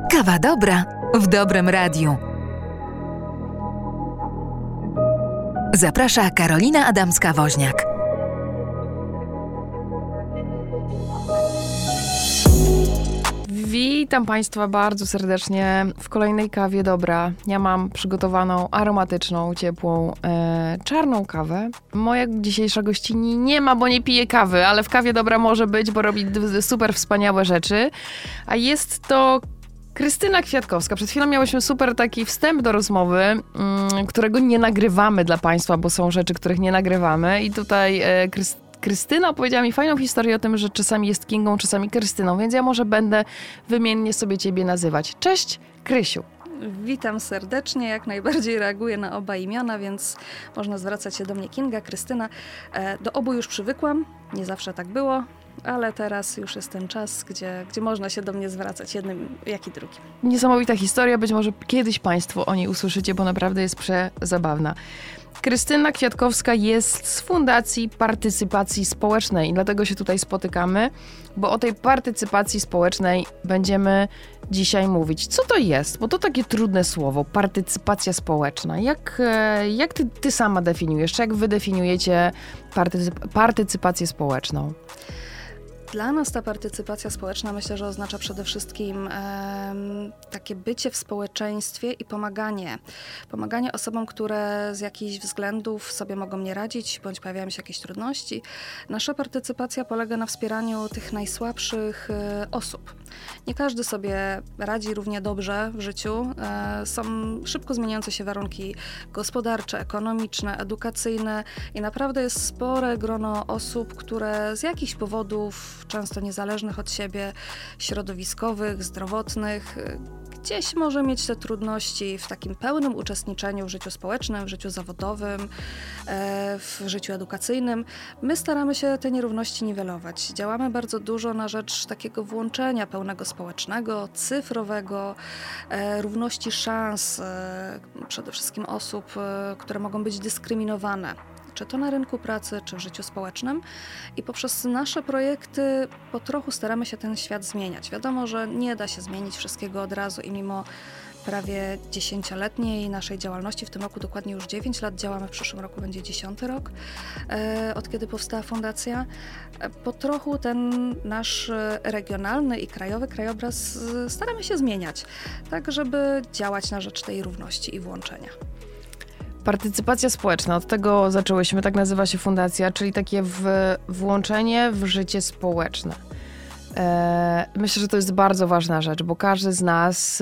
Kawa dobra w dobrym radiu. Zaprasza Karolina Adamska-Woźniak. Witam Państwa bardzo serdecznie w kolejnej kawie dobra. Ja mam przygotowaną aromatyczną, ciepłą, czarną kawę. Moja dzisiejsza gościni nie ma, bo nie pije kawy, ale w kawie dobra może być, bo robi super wspaniałe rzeczy. A jest to Krystyna Kwiatkowska. Przed chwilą miałyśmy super taki wstęp do rozmowy, którego nie nagrywamy dla Państwa, bo są rzeczy, których nie nagrywamy. I tutaj Krystyna opowiedziała mi fajną historię o tym, że czasami jest Kingą, czasami Krystyną, więc ja może będę wymiennie sobie ciebie nazywać. Cześć, Krysiu. Witam serdecznie, jak najbardziej reaguję na oba imiona, więc można zwracać się do mnie Kinga, Krystyna. Do obu już przywykłam, nie zawsze tak było, ale teraz już jest ten czas, gdzie można się do mnie zwracać jednym, jak i drugim. Niesamowita historia, być może kiedyś Państwo o niej usłyszycie, bo naprawdę jest przezabawna. Krystyna Kwiatkowska jest z Fundacji Partycypacji Społecznej i dlatego się tutaj spotykamy, bo o tej partycypacji społecznej będziemy dzisiaj mówić. Co to jest? Bo to takie trudne słowo, partycypacja społeczna. Jak ty sama definiujesz? Czy jak wy definiujecie partycypację społeczną? Dla nas ta partycypacja społeczna myślę, że oznacza przede wszystkim takie bycie w społeczeństwie i pomaganie. Pomaganie osobom, które z jakichś względów sobie mogą nie radzić, bądź pojawiają się jakieś trudności. Nasza partycypacja polega na wspieraniu tych najsłabszych osób. Nie każdy sobie radzi równie dobrze w życiu. Są szybko zmieniające się warunki gospodarcze, ekonomiczne, edukacyjne i naprawdę jest spore grono osób, które z jakichś powodów, często niezależnych od siebie, środowiskowych, zdrowotnych, gdzieś może mieć te trudności w takim pełnym uczestniczeniu w życiu społecznym, w życiu zawodowym, w życiu edukacyjnym. My staramy się te nierówności niwelować. Działamy bardzo dużo na rzecz takiego włączenia pełnego społecznego, cyfrowego, równości szans, przede wszystkim osób, które mogą być dyskryminowane, czy to na rynku pracy, czy w życiu społecznym. I poprzez nasze projekty po trochu staramy się ten świat zmieniać. Wiadomo, że nie da się zmienić wszystkiego od razu i mimo prawie 10-letniej naszej działalności, w tym roku dokładnie już 9 lat działamy, w przyszłym roku będzie 10. rok, od kiedy powstała fundacja. Po trochu ten nasz regionalny i krajowy krajobraz staramy się zmieniać, tak żeby działać na rzecz tej równości i włączenia. Partycypacja społeczna, od tego zaczęłyśmy, tak nazywa się fundacja, czyli takie włączenie w życie społeczne. Myślę, że to jest bardzo ważna rzecz, bo każdy z nas,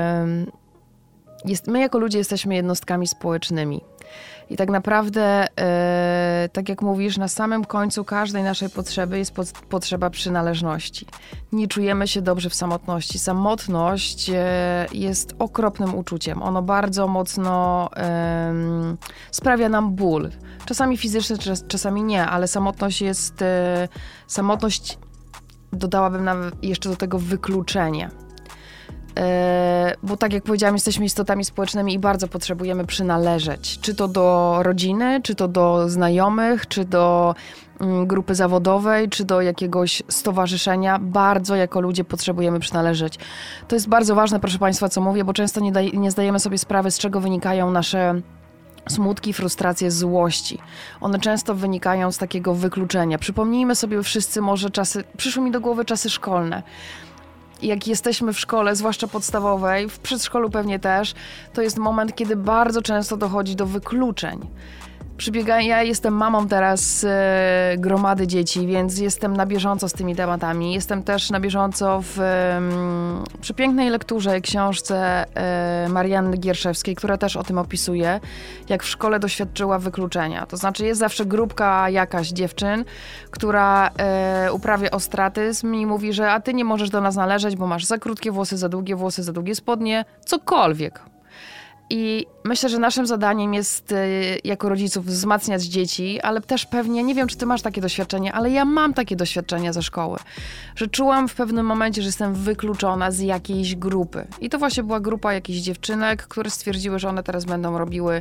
my jako ludzie jesteśmy jednostkami społecznymi. I tak naprawdę, tak jak mówisz, na samym końcu każdej naszej potrzeby jest potrzeba przynależności. Nie czujemy się dobrze w samotności. Samotność jest okropnym uczuciem. Ono bardzo mocno sprawia nam ból. Czasami fizyczny, czasami nie, ale samotność jest... Samotność dodałabym nawet jeszcze do tego wykluczenie. Bo tak jak powiedziałam, jesteśmy istotami społecznymi i bardzo potrzebujemy przynależeć. Czy to do rodziny, czy to do znajomych, czy do grupy zawodowej, czy do jakiegoś stowarzyszenia. Bardzo jako ludzie potrzebujemy przynależeć. To jest bardzo ważne, proszę Państwa, co mówię, bo często nie zdajemy sobie sprawy, z czego wynikają nasze smutki, frustracje, złości. One często wynikają z takiego wykluczenia. Przypomnijmy sobie wszyscy może przyszły mi do głowy czasy szkolne. Jak jesteśmy w szkole, zwłaszcza podstawowej, w przedszkolu pewnie też, to jest moment, kiedy bardzo często dochodzi do wykluczeń. Ja jestem mamą teraz gromady dzieci, więc jestem na bieżąco z tymi tematami. Jestem też na bieżąco w przepięknej lekturze, książce Marianny Gierszewskiej, która też o tym opisuje, jak w szkole doświadczyła wykluczenia. To znaczy jest zawsze grupka jakaś dziewczyn, która uprawia ostracyzm i mówi, że a ty nie możesz do nas należeć, bo masz za krótkie włosy, za długie spodnie, cokolwiek. I myślę, że naszym zadaniem jest jako rodziców wzmacniać dzieci, ale też pewnie, nie wiem, czy ty masz takie doświadczenie, ale ja mam takie doświadczenia ze szkoły, że czułam w pewnym momencie, że jestem wykluczona z jakiejś grupy. I to właśnie była grupa jakichś dziewczynek, które stwierdziły, że one teraz będą robiły,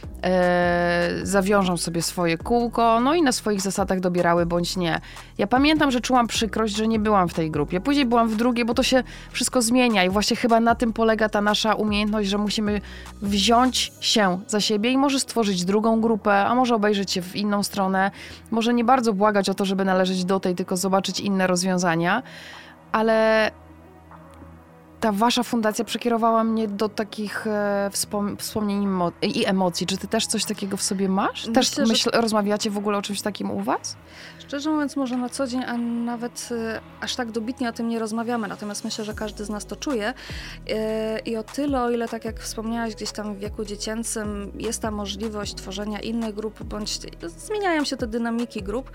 zawiążą sobie swoje kółko, no i na swoich zasadach dobierały bądź nie. Ja pamiętam, że czułam przykrość, że nie byłam w tej grupie. Później byłam w drugiej, bo to się wszystko zmienia i właśnie chyba na tym polega ta nasza umiejętność, że musimy wziąć się za siebie i może stworzyć drugą grupę, a może obejrzeć się w inną stronę, może nie bardzo błagać o to, żeby należeć do tej, tylko zobaczyć inne rozwiązania, ale ta wasza fundacja przekierowała mnie do takich wspomnień i emocji. Czy ty też coś takiego w sobie masz? Myślę, Też rozmawiacie w ogóle o czymś takim u was? Szczerze mówiąc, może na co dzień, a nawet aż tak dobitnie o tym nie rozmawiamy, natomiast myślę, że każdy z nas to czuje. I o tyle, o ile tak jak wspomniałaś, gdzieś tam w wieku dziecięcym jest ta możliwość tworzenia innych grup, bądź zmieniają się te dynamiki grup,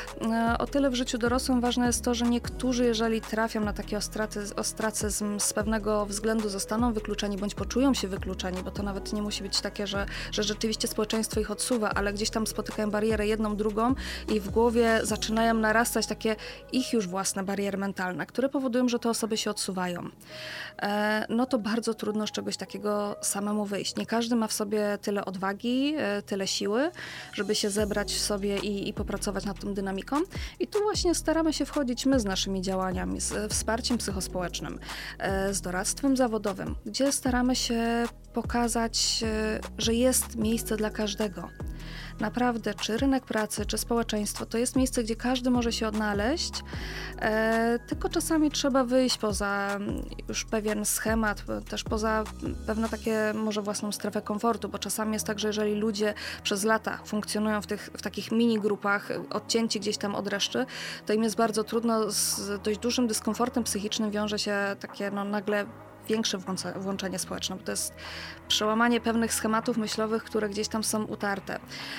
o tyle w życiu dorosłym ważne jest to, że niektórzy, jeżeli trafią na taki ostracyzm, z pewnego względu zostaną wykluczeni, bądź poczują się wykluczeni, bo to nawet nie musi być takie, że rzeczywiście społeczeństwo ich odsuwa, ale gdzieś tam spotykają barierę jedną, drugą i w głowie zaczynają narastać takie ich już własne bariery mentalne, które powodują, że te osoby się odsuwają. No to bardzo trudno z czegoś takiego samemu wyjść. Nie każdy ma w sobie tyle odwagi, tyle siły, żeby się zebrać w sobie i popracować nad tą dynamiką. I tu właśnie staramy się wchodzić my z naszymi działaniami, z wsparciem psychospołecznym, z doradztwem zawodowym, gdzie staramy się pokazać, że jest miejsce dla każdego. Naprawdę, czy rynek pracy, czy społeczeństwo, to jest miejsce, gdzie każdy może się odnaleźć, tylko czasami trzeba wyjść poza już pewien schemat, też poza pewne takie może własną strefę komfortu, bo czasami jest tak, że jeżeli ludzie przez lata funkcjonują w takich mini grupach, odcięci gdzieś tam od reszty, to im jest bardzo trudno, z dość dużym dyskomfortem psychicznym wiąże się takie nagle większe włączenie społeczne, bo to jest przełamanie pewnych schematów myślowych, które gdzieś tam są utarte.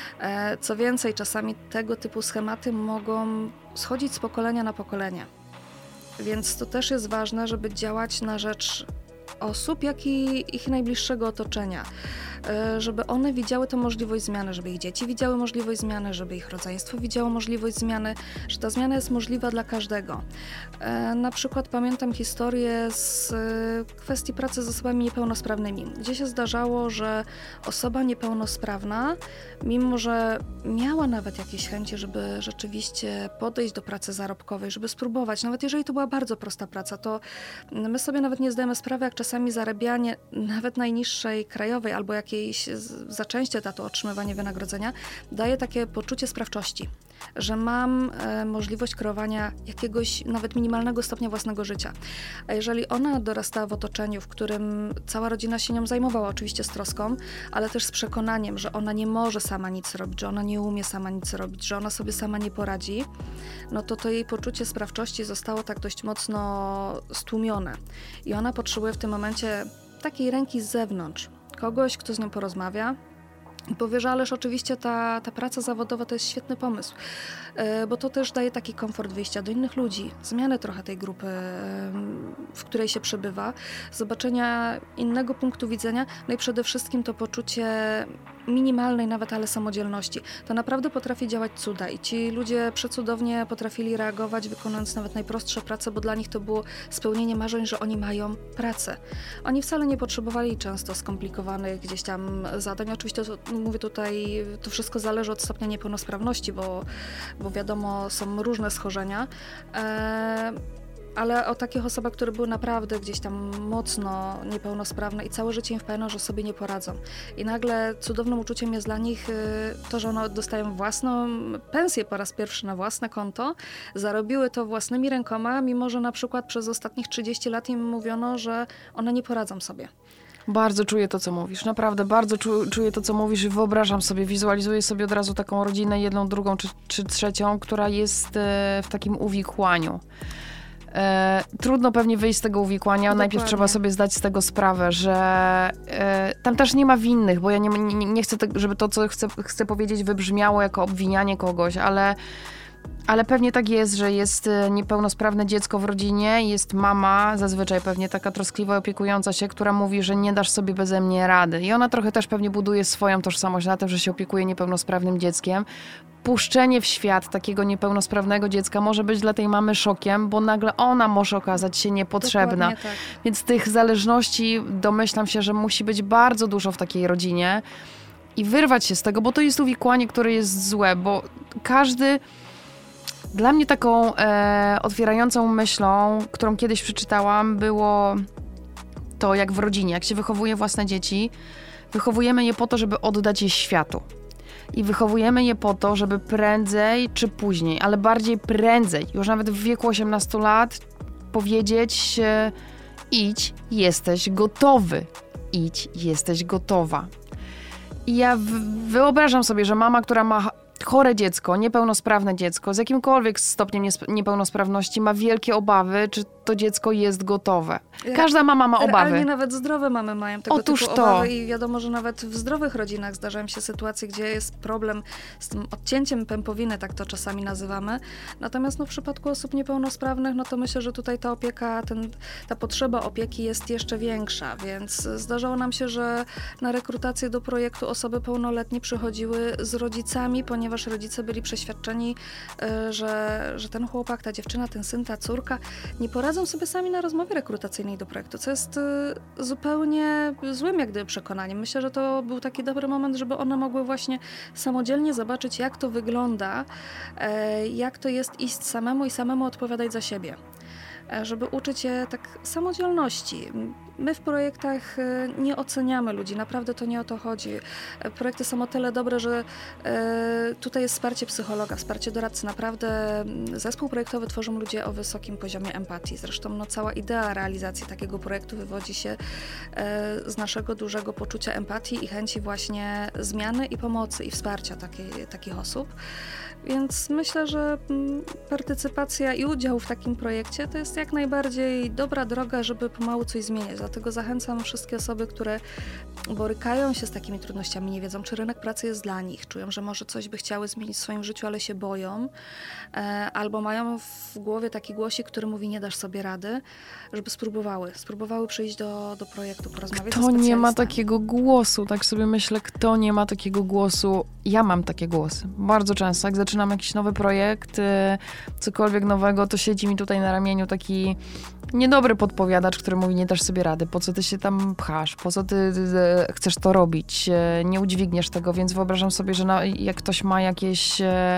Co więcej, czasami tego typu schematy mogą schodzić z pokolenia na pokolenie. Więc to też jest ważne, żeby działać na rzecz osób, jak i ich najbliższego otoczenia. Żeby one widziały tę możliwość zmiany, żeby ich dzieci widziały możliwość zmiany, żeby ich rodzeństwo widziało możliwość zmiany, że ta zmiana jest możliwa dla każdego. Na przykład pamiętam historię z kwestii pracy z osobami niepełnosprawnymi, gdzie się zdarzało, że osoba niepełnosprawna, mimo że miała nawet jakieś chęci, żeby rzeczywiście podejść do pracy zarobkowej, żeby spróbować, nawet jeżeli to była bardzo prosta praca, to my sobie nawet nie zdajemy sprawy, jak czasami zarabianie nawet najniższej krajowej albo jakiejś za część etatu otrzymywanie wynagrodzenia daje takie poczucie sprawczości, że mam możliwość kreowania jakiegoś nawet minimalnego stopnia własnego życia. A jeżeli ona dorastała w otoczeniu, w którym cała rodzina się nią zajmowała, oczywiście z troską, ale też z przekonaniem, że ona nie może sama nic robić, że ona nie umie sama nic robić, że ona sobie sama nie poradzi, no to jej poczucie sprawczości zostało tak dość mocno stłumione. I ona potrzebuje w tym momencie takiej ręki z zewnątrz, kogoś, kto z nią porozmawia i powie, że ależ oczywiście ta praca zawodowa to jest świetny pomysł, bo to też daje taki komfort wyjścia do innych ludzi, zmiany trochę tej grupy, w której się przebywa, zobaczenia innego punktu widzenia, no i przede wszystkim to poczucie minimalnej nawet, ale samodzielności. To naprawdę potrafi działać cuda i ci ludzie przecudownie potrafili reagować, wykonując nawet najprostsze prace, bo dla nich to było spełnienie marzeń, że oni mają pracę. Oni wcale nie potrzebowali często skomplikowanych gdzieś tam zadań. Oczywiście mówię tutaj, to wszystko zależy od stopnia niepełnosprawności, bo wiadomo, są różne schorzenia. Ale o takich osobach, które były naprawdę gdzieś tam mocno niepełnosprawne i całe życie im wpajano, że sobie nie poradzą. I nagle cudownym uczuciem jest dla nich to, że one dostają własną pensję po raz pierwszy na własne konto, zarobiły to własnymi rękoma, mimo że na przykład przez ostatnich 30 lat im mówiono, że one nie poradzą sobie. Bardzo czuję to, co mówisz. Naprawdę bardzo czuję to, co mówisz i wyobrażam sobie, wizualizuję sobie od razu taką rodzinę, jedną, drugą czy trzecią, która jest w takim uwikłaniu. Trudno pewnie wyjść z tego uwikłania. Dokładnie. Najpierw trzeba sobie zdać z tego sprawę, że tam też nie ma winnych, bo ja nie chcę, żeby to, co chcę powiedzieć, wybrzmiało jako obwinianie kogoś, ale Ale pewnie tak jest, że jest niepełnosprawne dziecko w rodzinie, jest mama, zazwyczaj pewnie taka troskliwa, opiekująca się, która mówi, że nie dasz sobie beze mnie rady. I ona trochę też pewnie buduje swoją tożsamość na tym, że się opiekuje niepełnosprawnym dzieckiem. Puszczenie w świat takiego niepełnosprawnego dziecka może być dla tej mamy szokiem, bo nagle ona może okazać się niepotrzebna. Dokładnie tak. Więc tych zależności domyślam się, że musi być bardzo dużo w takiej rodzinie i wyrwać się z tego, bo to jest uwikłanie, które jest złe, bo każdy... Dla mnie taką otwierającą myślą, którą kiedyś przeczytałam, było to, jak w rodzinie, jak się wychowuje własne dzieci, wychowujemy je po to, żeby oddać je światu. I wychowujemy je po to, żeby prędzej czy później, ale bardziej prędzej, już nawet w wieku 18 lat, powiedzieć idź, jesteś gotowy. Idź, jesteś gotowa. I ja wyobrażam sobie, że mama, która ma chore dziecko, niepełnosprawne dziecko, z jakimkolwiek stopniem niepełnosprawności ma wielkie obawy, czy to dziecko jest gotowe. Każda mama ma obawy. Realnie nawet zdrowe mamy mają tego typu obawy i wiadomo, że nawet w zdrowych rodzinach zdarzają się sytuacje, gdzie jest problem z tym odcięciem pępowiny, tak to czasami nazywamy. Natomiast w przypadku osób niepełnosprawnych, to myślę, że tutaj ta opieka, ta potrzeba opieki jest jeszcze większa, więc zdarzało nam się, że na rekrutację do projektu osoby pełnoletnie przychodziły z rodzicami, ponieważ rodzice byli przeświadczeni, że ten chłopak, ta dziewczyna, ten syn, ta córka nie poradzą sobie sami na rozmowie rekrutacyjnej do projektu, co jest zupełnie złym jak gdyby przekonaniem. Myślę, że to był taki dobry moment, żeby one mogły właśnie samodzielnie zobaczyć, jak to wygląda, jak to jest iść samemu i samemu odpowiadać za siebie. Żeby uczyć je tak samodzielności. My w projektach nie oceniamy ludzi, naprawdę to nie o to chodzi. Projekty są o tyle dobre, że tutaj jest wsparcie psychologa, wsparcie doradcy. Naprawdę zespół projektowy tworzą ludzie o wysokim poziomie empatii. Zresztą cała idea realizacji takiego projektu wywodzi się z naszego dużego poczucia empatii i chęci właśnie zmiany i pomocy i wsparcia takich osób. Więc myślę, że partycypacja i udział w takim projekcie to jest jak najbardziej dobra droga, żeby pomału coś zmieniać. Dlatego zachęcam wszystkie osoby, które borykają się z takimi trudnościami, nie wiedzą, czy rynek pracy jest dla nich, czują, że może coś by chciały zmienić w swoim życiu, ale się boją, albo mają w głowie taki głosik, który mówi, nie dasz sobie rady, żeby spróbowały przyjść do projektu, porozmawiać z specjalistami. Kto nie ma takiego głosu? Tak sobie myślę, kto nie ma takiego głosu? Ja mam takie głosy. Bardzo często, jak zaczynam jakiś nowy projekt, cokolwiek nowego, to siedzi mi tutaj na ramieniu taki niedobry podpowiadacz, który mówi, nie dasz sobie rady, po co ty się tam pchasz, po co ty chcesz to robić, nie udźwigniesz tego, więc wyobrażam sobie, że jak ktoś ma jakieś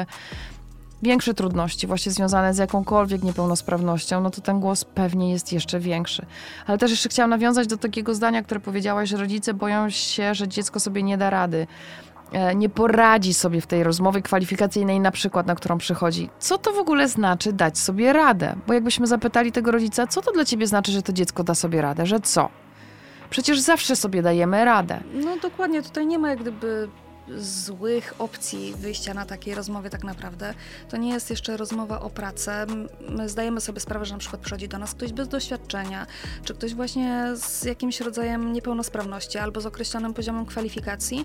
większe trudności właśnie związane z jakąkolwiek niepełnosprawnością, to ten głos pewnie jest jeszcze większy. Ale też jeszcze chciałam nawiązać do takiego zdania, które powiedziałaś, że rodzice boją się, że dziecko sobie nie da rady. Nie poradzi sobie w tej rozmowie kwalifikacyjnej na przykład, na którą przychodzi. Co to w ogóle znaczy dać sobie radę? Bo jakbyśmy zapytali tego rodzica, co to dla ciebie znaczy, że to dziecko da sobie radę? Że co? Przecież zawsze sobie dajemy radę. No dokładnie, tutaj nie ma jak gdyby złych opcji wyjścia na takiej rozmowie tak naprawdę. To nie jest jeszcze rozmowa o pracy. My zdajemy sobie sprawę, że na przykład przychodzi do nas ktoś bez doświadczenia, czy ktoś właśnie z jakimś rodzajem niepełnosprawności albo z określonym poziomem kwalifikacji.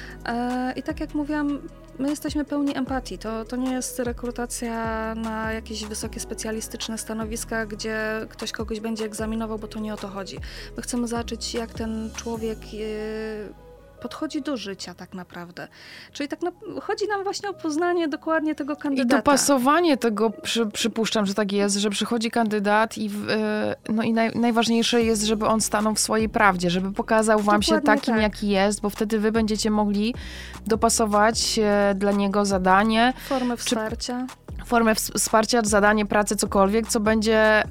I tak jak mówiłam, my jesteśmy pełni empatii. To nie jest rekrutacja na jakieś wysokie specjalistyczne stanowiska, gdzie ktoś kogoś będzie egzaminował, bo to nie o to chodzi. My chcemy zobaczyć, jak ten człowiek podchodzi do życia tak naprawdę. Czyli chodzi nam właśnie o poznanie dokładnie tego kandydata. I dopasowanie tego, przypuszczam, że tak jest, że przychodzi kandydat i najważniejsze jest, żeby on stanął w swojej prawdzie, żeby pokazał wam dokładnie się takim, tak, jaki jest, bo wtedy wy będziecie mogli dopasować dla niego zadanie. Formę wsparcia. Formę wsparcia, zadanie, pracy, cokolwiek, co będzie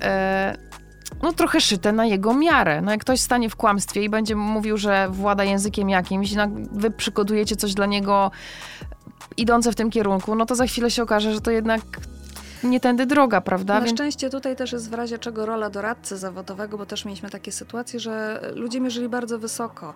trochę szyte na jego miarę. Jak ktoś stanie w kłamstwie i będzie mówił, że włada językiem jakimś, wy przygotujecie coś dla niego idące w tym kierunku, to za chwilę się okaże, że to jednak nie tędy droga, prawda? Na szczęście tutaj też jest w razie czego rola doradcy zawodowego, bo też mieliśmy takie sytuacje, że ludzie mierzyli bardzo wysoko.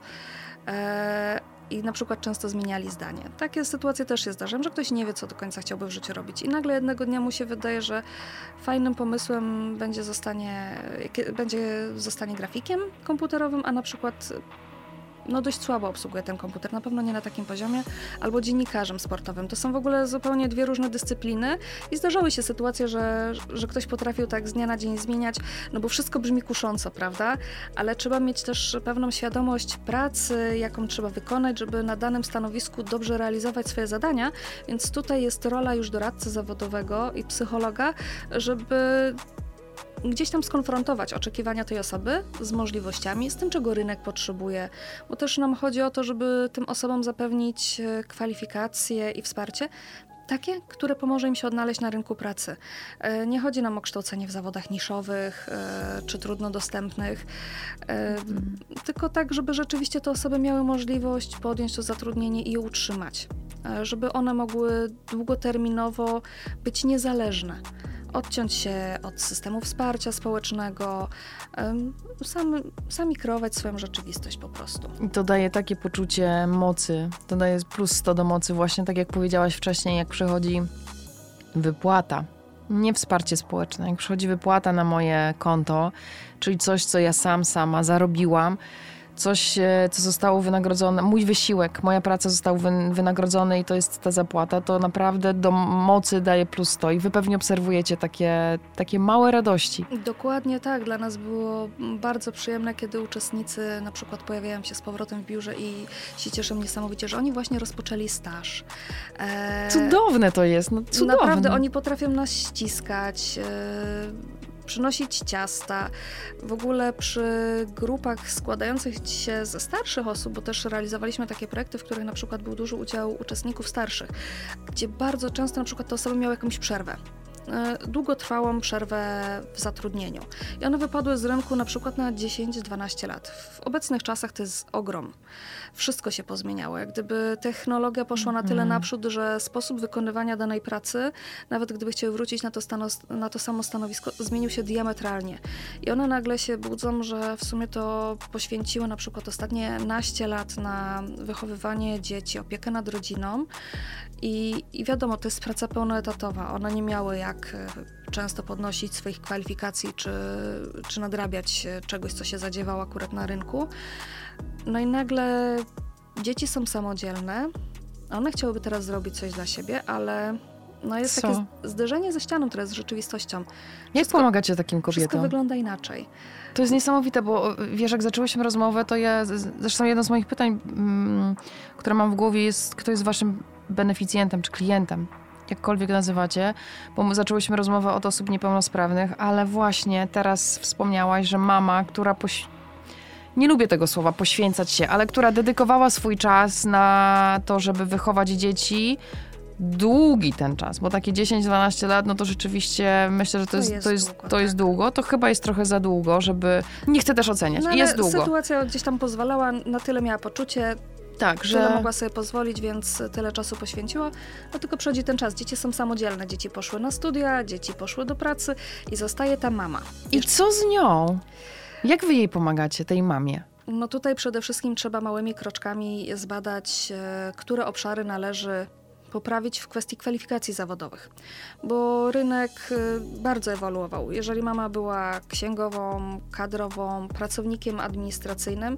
I na przykład często zmieniali zdanie. Takie sytuacje też się zdarzają, że ktoś nie wie, co do końca chciałby w życiu robić. I nagle jednego dnia mu się wydaje, że fajnym pomysłem będzie zostanie grafikiem komputerowym, a na przykład dość słabo obsługuje ten komputer, na pewno nie na takim poziomie, albo dziennikarzem sportowym. To są w ogóle zupełnie dwie różne dyscypliny i zdarzały się sytuacje, że ktoś potrafił tak z dnia na dzień zmieniać, no bo wszystko brzmi kusząco, prawda? Ale trzeba mieć też pewną świadomość pracy, jaką trzeba wykonać, żeby na danym stanowisku dobrze realizować swoje zadania, więc tutaj jest rola już doradcy zawodowego i psychologa, żeby gdzieś tam skonfrontować oczekiwania tej osoby z możliwościami, z tym, czego rynek potrzebuje, bo też nam chodzi o to, żeby tym osobom zapewnić kwalifikacje i wsparcie, takie, które pomoże im się odnaleźć na rynku pracy. Nie chodzi nam o kształcenie w zawodach niszowych czy trudno dostępnych, tylko tak, żeby rzeczywiście te osoby miały możliwość podjąć to zatrudnienie i je utrzymać. Żeby one mogły długoterminowo być niezależne. Odciąć się od systemu wsparcia społecznego, sami kreować swoją rzeczywistość po prostu. I to daje takie poczucie mocy, to daje plus 100 do mocy, właśnie tak jak powiedziałaś wcześniej, jak przychodzi wypłata, nie wsparcie społeczne, jak przychodzi wypłata na moje konto, czyli coś, co ja sama zarobiłam, coś, co zostało wynagrodzone, mój wysiłek, moja praca została wynagrodzona i to jest ta zapłata, to naprawdę do mocy daje plus 100 i wy pewnie obserwujecie takie małe radości. Dokładnie tak. Dla nas było bardzo przyjemne, kiedy uczestnicy na przykład pojawiają się z powrotem w biurze i się cieszą niesamowicie, że oni właśnie rozpoczęli staż. Cudowne to jest, no cudowne. Naprawdę, oni potrafią nas ściskać, przynosić ciasta. W ogóle przy grupach składających się ze starszych osób, bo też realizowaliśmy takie projekty, w których na przykład był duży udział uczestników starszych, gdzie bardzo często na przykład te osoby miały jakąś przerwę. Długotrwałą przerwę w zatrudnieniu. I one wypadły z rynku na przykład na 10-12 lat. W obecnych czasach to jest ogrom. Wszystko się pozmieniało. Jak gdyby technologia poszła na tyle naprzód, że sposób wykonywania danej pracy, nawet gdyby chciały wrócić na to samo stanowisko, zmienił się diametralnie. I one nagle się budzą, że w sumie to poświęciły na przykład ostatnie naście lat na wychowywanie dzieci, opiekę nad rodziną. I wiadomo, to jest praca pełnoetatowa. One nie miały jak często podnosić swoich kwalifikacji, czy nadrabiać czegoś, co się zadziewało akurat na rynku. No i nagle dzieci są samodzielne. One chciałyby teraz zrobić coś dla siebie, ale no jest takie zderzenie ze ścianą, które jest rzeczywistością. Jak pomagacie takim kobietom? Wszystko wygląda inaczej. To jest niesamowite, bo wiesz, jak zaczęłyśmy rozmowę, to zresztą jedno z moich pytań, które mam w głowie jest, kto jest waszym beneficjentem czy klientem, jakkolwiek nazywacie, bo zaczęłyśmy rozmowę od osób niepełnosprawnych, ale właśnie teraz wspomniałaś, że mama, która nie lubię tego słowa, poświęcać się, ale która dedykowała swój czas na to, żeby wychować dzieci, długi ten czas, bo takie 10-12 lat, no to rzeczywiście myślę, że to jest długo. To chyba jest trochę za długo, żeby... Nie chcę też oceniać. No, jest długo. Sytuacja gdzieś tam pozwalała, na tyle miała poczucie, tak, że tyle mogła sobie pozwolić, więc tyle czasu poświęciła. No tylko przychodzi ten czas. Dzieci są samodzielne. Dzieci poszły na studia, dzieci poszły do pracy i zostaje ta mama. I co z nią? Jak wy jej pomagacie, tej mamie? No tutaj przede wszystkim trzeba małymi kroczkami zbadać, które obszary należy poprawić w kwestii kwalifikacji zawodowych, bo rynek bardzo ewoluował. Jeżeli mama była księgową, kadrową, pracownikiem administracyjnym,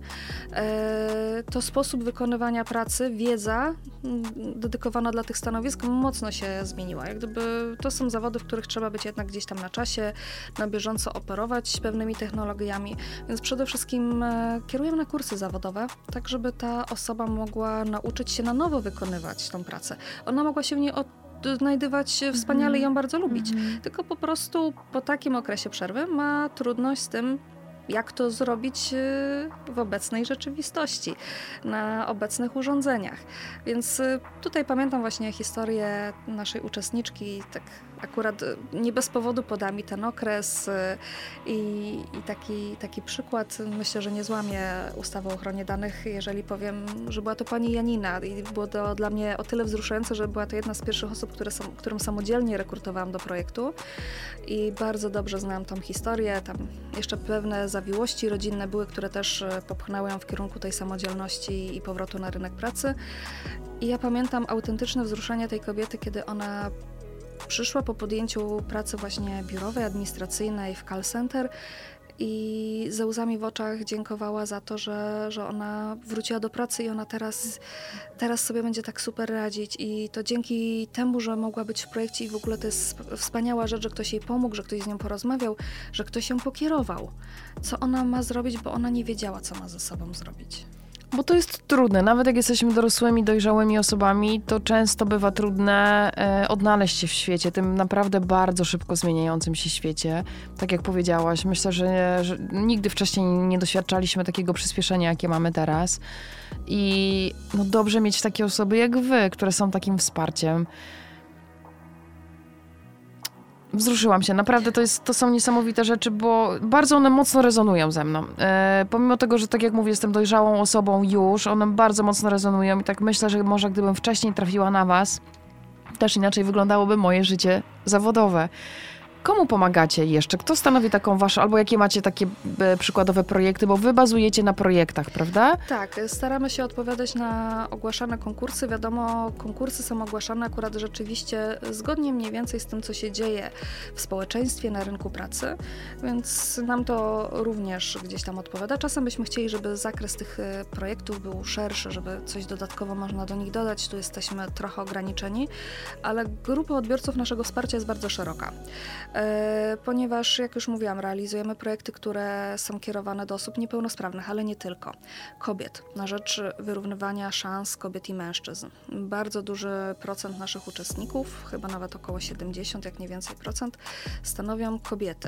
to sposób wykonywania pracy, wiedza dedykowana dla tych stanowisk mocno się zmieniła. Jak gdyby to są zawody, w których trzeba być jednak gdzieś tam na czasie, na bieżąco operować pewnymi technologiami, więc przede wszystkim kierujemy na kursy zawodowe, tak żeby ta osoba mogła nauczyć się na nowo wykonywać tą pracę. Ona mogła się w niej odnajdywać wspaniale i ją bardzo lubić. Tylko po prostu po takim okresie przerwy ma trudność z tym, jak to zrobić w obecnej rzeczywistości, na obecnych urządzeniach. Więc tutaj pamiętam właśnie historię naszej uczestniczki, tak akurat nie bez powodu poda mi ten okres i taki przykład, myślę, że nie złamię ustawy o ochronie danych, jeżeli powiem, że była to pani Janina i było to dla mnie o tyle wzruszające, że była to jedna z pierwszych osób, którą samodzielnie rekrutowałam do projektu i bardzo dobrze znam tą historię, tam jeszcze pewne zawiłości rodzinne były, które też popchnęły ją w kierunku tej samodzielności i powrotu na rynek pracy. I ja pamiętam autentyczne wzruszenie tej kobiety, kiedy ona przyszła po podjęciu pracy właśnie biurowej, administracyjnej w call center i ze łzami w oczach dziękowała za to, że ona wróciła do pracy i ona teraz sobie będzie tak super radzić i to dzięki temu, że mogła być w projekcie i w ogóle to jest wspaniała rzecz, że ktoś jej pomógł, że ktoś z nią porozmawiał, że ktoś ją pokierował. Co ona ma zrobić, bo ona nie wiedziała, co ma ze sobą zrobić. Bo to jest trudne. Nawet jak jesteśmy dorosłymi, dojrzałymi osobami, to często bywa trudne odnaleźć się w świecie, tym naprawdę bardzo szybko zmieniającym się świecie. Tak jak powiedziałaś, myślę, że nigdy wcześniej nie doświadczaliśmy takiego przyspieszenia, jakie mamy teraz. I no dobrze mieć takie osoby jak wy, które są takim wsparciem. Wzruszyłam się. Naprawdę to są niesamowite rzeczy, bo bardzo one mocno rezonują ze mną. Pomimo tego, że tak jak mówię, jestem dojrzałą osobą już, one bardzo mocno rezonują i tak myślę, że może gdybym wcześniej trafiła na was, też inaczej wyglądałoby moje życie zawodowe. Komu pomagacie jeszcze? Kto stanowi taką waszą, albo jakie macie takie przykładowe projekty, bo wy bazujecie na projektach, prawda? Tak, staramy się odpowiadać na ogłaszane konkursy. Wiadomo, konkursy są ogłaszane akurat rzeczywiście zgodnie mniej więcej z tym, co się dzieje w społeczeństwie, na rynku pracy, więc nam to również gdzieś tam odpowiada. Czasem byśmy chcieli, żeby zakres tych projektów był szerszy, żeby coś dodatkowo można do nich dodać. Tu jesteśmy trochę ograniczeni, ale grupa odbiorców naszego wsparcia jest bardzo szeroka. Ponieważ, jak już mówiłam, realizujemy projekty, które są kierowane do osób niepełnosprawnych, ale nie tylko. Kobiet, na rzecz wyrównywania szans kobiet i mężczyzn. Bardzo duży procent naszych uczestników, chyba nawet około 70, jak nie więcej procent, stanowią kobiety.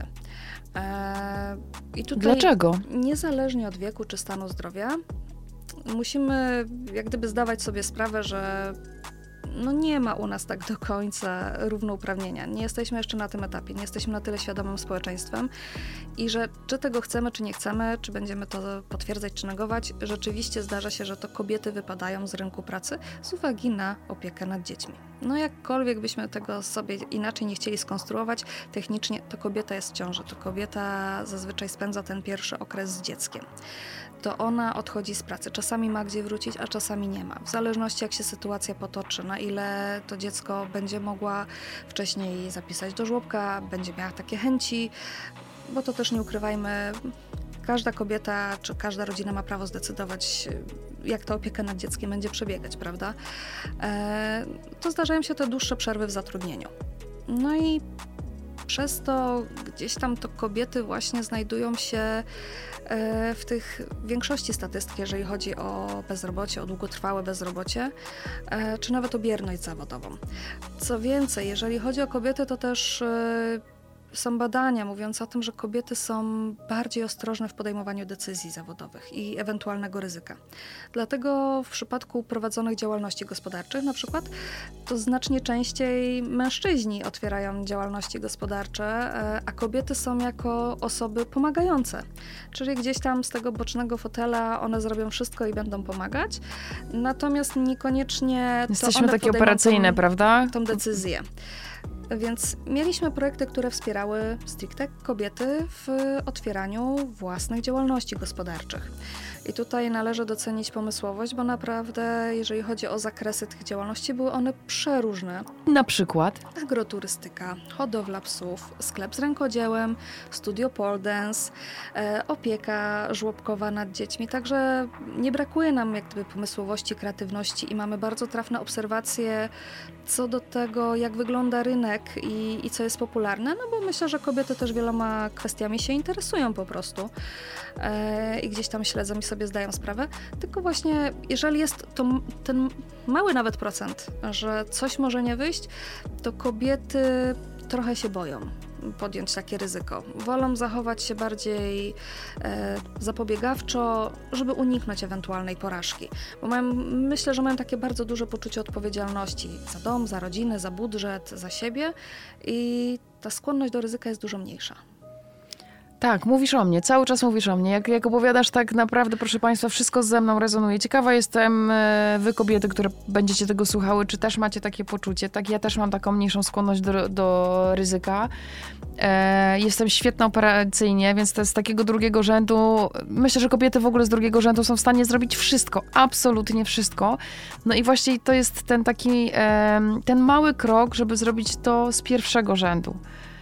I tutaj Dlaczego? Niezależnie od wieku czy stanu zdrowia, musimy jak gdyby zdawać sobie sprawę, że nie ma u nas tak do końca równouprawnienia. Nie jesteśmy jeszcze na tym etapie, nie jesteśmy na tyle świadomym społeczeństwem i że czy tego chcemy, czy nie chcemy, czy będziemy to potwierdzać, czy negować, rzeczywiście zdarza się, że to kobiety wypadają z rynku pracy z uwagi na opiekę nad dziećmi. Jakkolwiek byśmy tego sobie inaczej nie chcieli skonstruować, technicznie to kobieta jest w ciąży, to kobieta zazwyczaj spędza ten pierwszy okres z dzieckiem. To ona odchodzi z pracy. Czasami ma gdzie wrócić, a czasami nie ma. W zależności jak się sytuacja potoczy, na ile to dziecko będzie mogła wcześniej zapisać do żłobka, będzie miała takie chęci, bo to też nie ukrywajmy, każda kobieta czy każda rodzina ma prawo zdecydować, jak ta opieka nad dzieckiem będzie przebiegać, prawda? To zdarzają się te dłuższe przerwy w zatrudnieniu. I przez to gdzieś tam to kobiety właśnie znajdują się w tych większości statystyk, jeżeli chodzi o bezrobocie, o długotrwałe bezrobocie, czy nawet o bierność zawodową. Co więcej, jeżeli chodzi o kobiety, to też są badania mówiące o tym, że kobiety są bardziej ostrożne w podejmowaniu decyzji zawodowych i ewentualnego ryzyka. Dlatego w przypadku prowadzonych działalności gospodarczych na przykład, to znacznie częściej mężczyźni otwierają działalności gospodarcze, a kobiety są jako osoby pomagające. Czyli gdzieś tam z tego bocznego fotela one zrobią wszystko i będą pomagać, natomiast niekoniecznie Jesteśmy takie operacyjne, prawda? Tą decyzję. Więc mieliśmy projekty, które wspierały stricte kobiety w otwieraniu własnych działalności gospodarczych. I tutaj należy docenić pomysłowość, bo naprawdę, jeżeli chodzi o zakresy tych działalności, były one przeróżne. Na przykład? Agroturystyka, hodowla psów, sklep z rękodziełem, studio pole dance, opieka żłobkowa nad dziećmi. Także nie brakuje nam jak gdyby pomysłowości, kreatywności i mamy bardzo trafne obserwacje co do tego, jak wygląda rynek i co jest popularne, bo myślę, że kobiety też wieloma kwestiami się interesują po prostu i gdzieś tam śledzą i sobie zdają sprawę. Tylko właśnie, jeżeli jest to ten mały nawet procent, że coś może nie wyjść, to kobiety trochę się boją podjąć takie ryzyko. Wolą zachować się bardziej zapobiegawczo, żeby uniknąć ewentualnej porażki. Bo myślę, że mają takie bardzo duże poczucie odpowiedzialności za dom, za rodzinę, za budżet, za siebie i ta skłonność do ryzyka jest dużo mniejsza. Tak, mówisz o mnie, cały czas mówisz o mnie. Jak opowiadasz, tak naprawdę, proszę Państwa, wszystko ze mną rezonuje. Ciekawa jestem, wy kobiety, które będziecie tego słuchały, czy też macie takie poczucie. Tak, ja też mam taką mniejszą skłonność do ryzyka. Jestem świetna operacyjnie, więc to jest takiego drugiego rzędu. Myślę, że kobiety w ogóle z drugiego rzędu są w stanie zrobić wszystko, absolutnie wszystko. I właśnie to jest ten taki, ten mały krok, żeby zrobić to z pierwszego rzędu.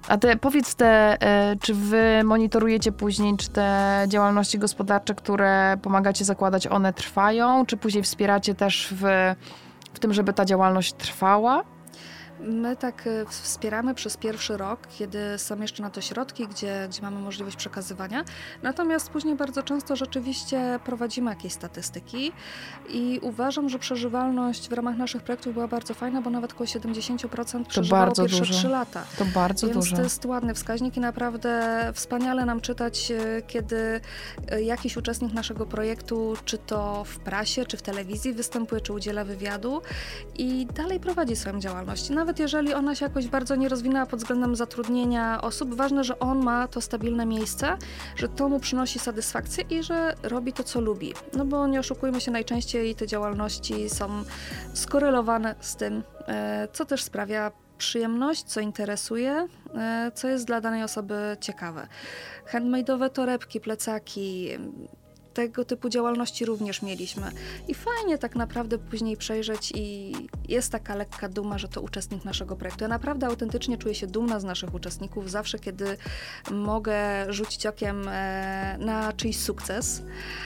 A powiedz czy wy monitorujecie później, czy te działalności gospodarcze, które pomagacie zakładać, one trwają, czy później wspieracie też w tym, żeby ta działalność trwała? My tak wspieramy przez pierwszy rok, kiedy są jeszcze na to środki, gdzie mamy możliwość przekazywania. Natomiast później bardzo często rzeczywiście prowadzimy jakieś statystyki i uważam, że przeżywalność w ramach naszych projektów była bardzo fajna, bo nawet około 70% przeżywało pierwsze 3 lata. To bardzo Więc dużo. to jest ładny wskaźnik i naprawdę wspaniale nam czytać, kiedy jakiś uczestnik naszego projektu, czy to w prasie, czy w telewizji występuje, czy udziela wywiadu i dalej prowadzi swoją działalność. Nawet jeżeli ona się jakoś bardzo nie rozwinęła pod względem zatrudnienia osób, ważne, że on ma to stabilne miejsce, że to mu przynosi satysfakcję i że robi to, co lubi. No bo nie oszukujmy się, najczęściej te działalności są skorelowane z tym, co też sprawia przyjemność, co interesuje, co jest dla danej osoby ciekawe. Handmade'owe torebki, plecaki, tego typu działalności również mieliśmy. I fajnie tak naprawdę później przejrzeć i jest taka lekka duma, że to uczestnik naszego projektu. Ja naprawdę autentycznie czuję się dumna z naszych uczestników zawsze, kiedy mogę rzucić okiem na czyjś sukces.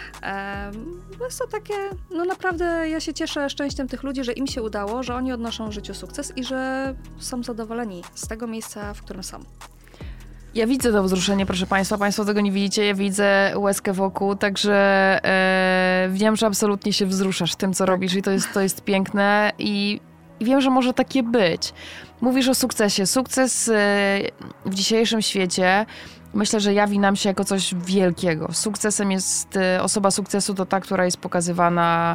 Jest to takie, no naprawdę ja się cieszę szczęściem tych ludzi, że im się udało, że oni odnoszą w życiu sukces i że są zadowoleni z tego miejsca, w którym są. Ja widzę to wzruszenie, proszę Państwa. Państwo tego nie widzicie, ja widzę łezkę wokół, także wiem, że absolutnie się wzruszasz tym, co robisz i to jest piękne i wiem, że może takie być. Mówisz o sukcesie. Sukces w dzisiejszym świecie myślę, że jawi nam się jako coś wielkiego. Sukcesem jest, osoba sukcesu to ta, która jest pokazywana